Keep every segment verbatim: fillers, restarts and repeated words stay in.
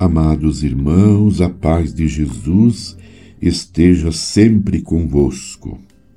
Amados irmãos, a paz de Jesus esteja sempre convosco.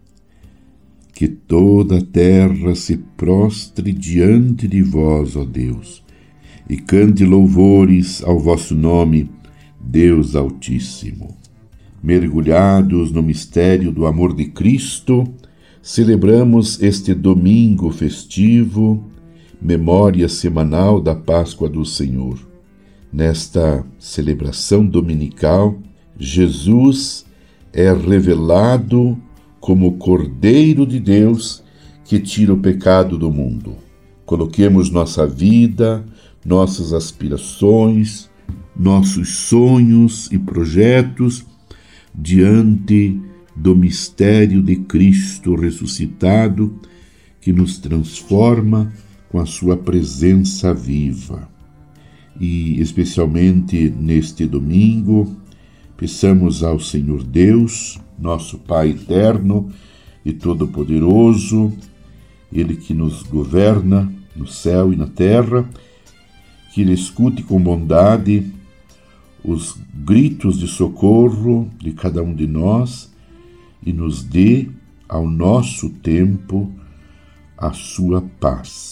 Que toda a terra se prostre diante de vós, ó Deus, e cante louvores ao vosso nome, Deus Altíssimo. Mergulhados no mistério do amor de Cristo, celebramos este domingo festivo, memória semanal da Páscoa do Senhor. Nesta celebração dominical, Jesus é revelado como o Cordeiro de Deus que tira o pecado do mundo. Coloquemos nossa vida, nossas aspirações, nossos sonhos e projetos diante do mistério de Cristo ressuscitado que nos transforma com a sua presença viva. E, especialmente neste domingo, peçamos ao Senhor Deus, nosso Pai eterno e todo-poderoso, Ele que nos governa no céu e na terra, que Ele escute com bondade os gritos de socorro de cada um de nós e nos dê, ao nosso tempo, a sua paz.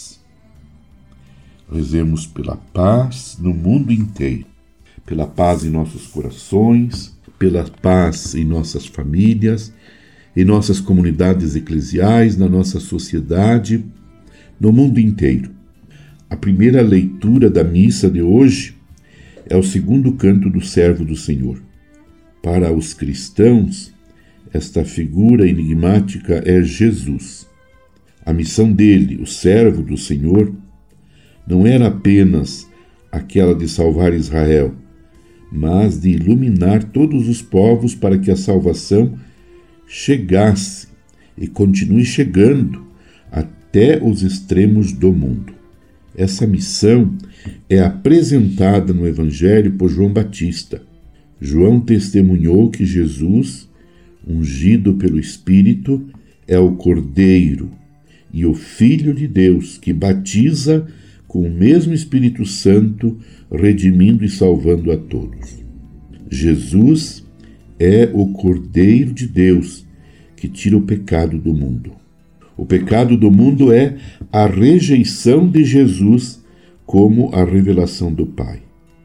Rezemos pela paz no mundo inteiro, pela paz em nossos corações, pela paz em nossas famílias, em nossas comunidades eclesiais, na nossa sociedade, no mundo inteiro. A primeira leitura da missa de hoje é o segundo canto do Servo do Senhor. Para os cristãos, esta figura enigmática é Jesus. A missão dele, o servo do Senhor, não era apenas aquela de salvar Israel, mas de iluminar todos os povos para que a salvação chegasse e continue chegando até os extremos do mundo. Essa missão é apresentada no Evangelho por João Batista. João testemunhou que Jesus, ungido pelo Espírito, é o Cordeiro e o Filho de Deus que batiza com o mesmo Espírito Santo, redimindo e salvando a todos. Jesus é o Cordeiro de Deus que tira o pecado do mundo. O pecado do mundo é a rejeição de Jesus como a revelação do Pai.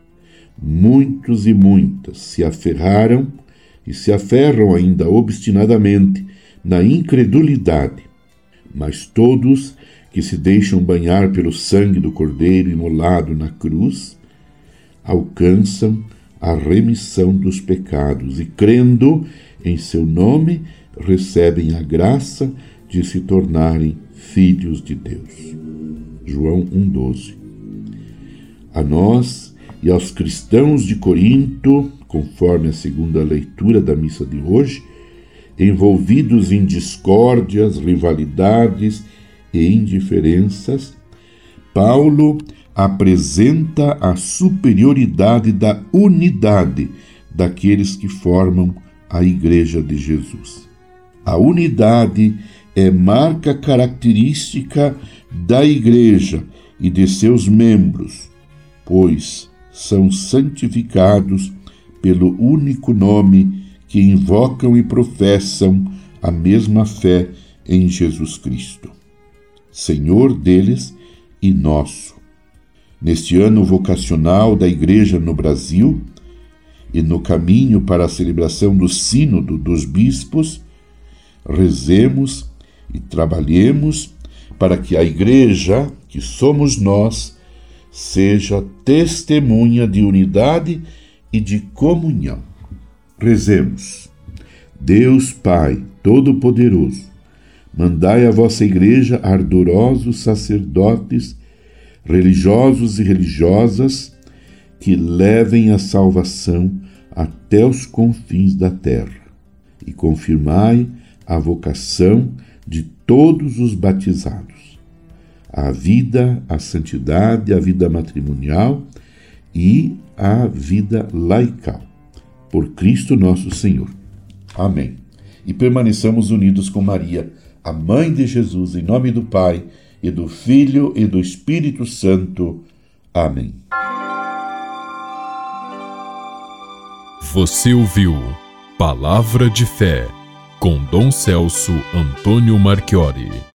Muitos e muitas se aferraram e se aferram ainda obstinadamente na incredulidade, mas todos que se deixam banhar pelo sangue do Cordeiro imolado na cruz, alcançam a remissão dos pecados e, crendo em seu nome, recebem a graça de se tornarem filhos de Deus. João um, doze. A nós e aos cristãos de Corinto, conforme a segunda leitura da missa de hoje, envolvidos em discórdias, rivalidades e indiferenças, Paulo apresenta a superioridade da unidade daqueles que formam a Igreja de Jesus. A unidade é marca característica da Igreja e de seus membros, pois são santificados pelo único nome que invocam e professam a mesma fé em Jesus Cristo, Senhor deles e nosso. Neste ano vocacional da Igreja no Brasil e no caminho para a celebração do Sínodo dos Bispos, rezemos e trabalhemos para que a Igreja, que somos nós, seja testemunha de unidade e de comunhão. Rezemos. Deus Pai Todo-Poderoso, mandai à vossa Igreja ardorosos sacerdotes, religiosos e religiosas, que levem a salvação até os confins da terra, e confirmai a vocação de todos os batizados, a vida, a santidade, a vida matrimonial e a vida laical. Por Cristo nosso Senhor. Amém. E permaneçamos unidos com Maria, a Mãe de Jesus, em nome do Pai, e do Filho, e do Espírito Santo. Amém. Você ouviu Palavra de Fé com Dom Celso Antônio Marchiori.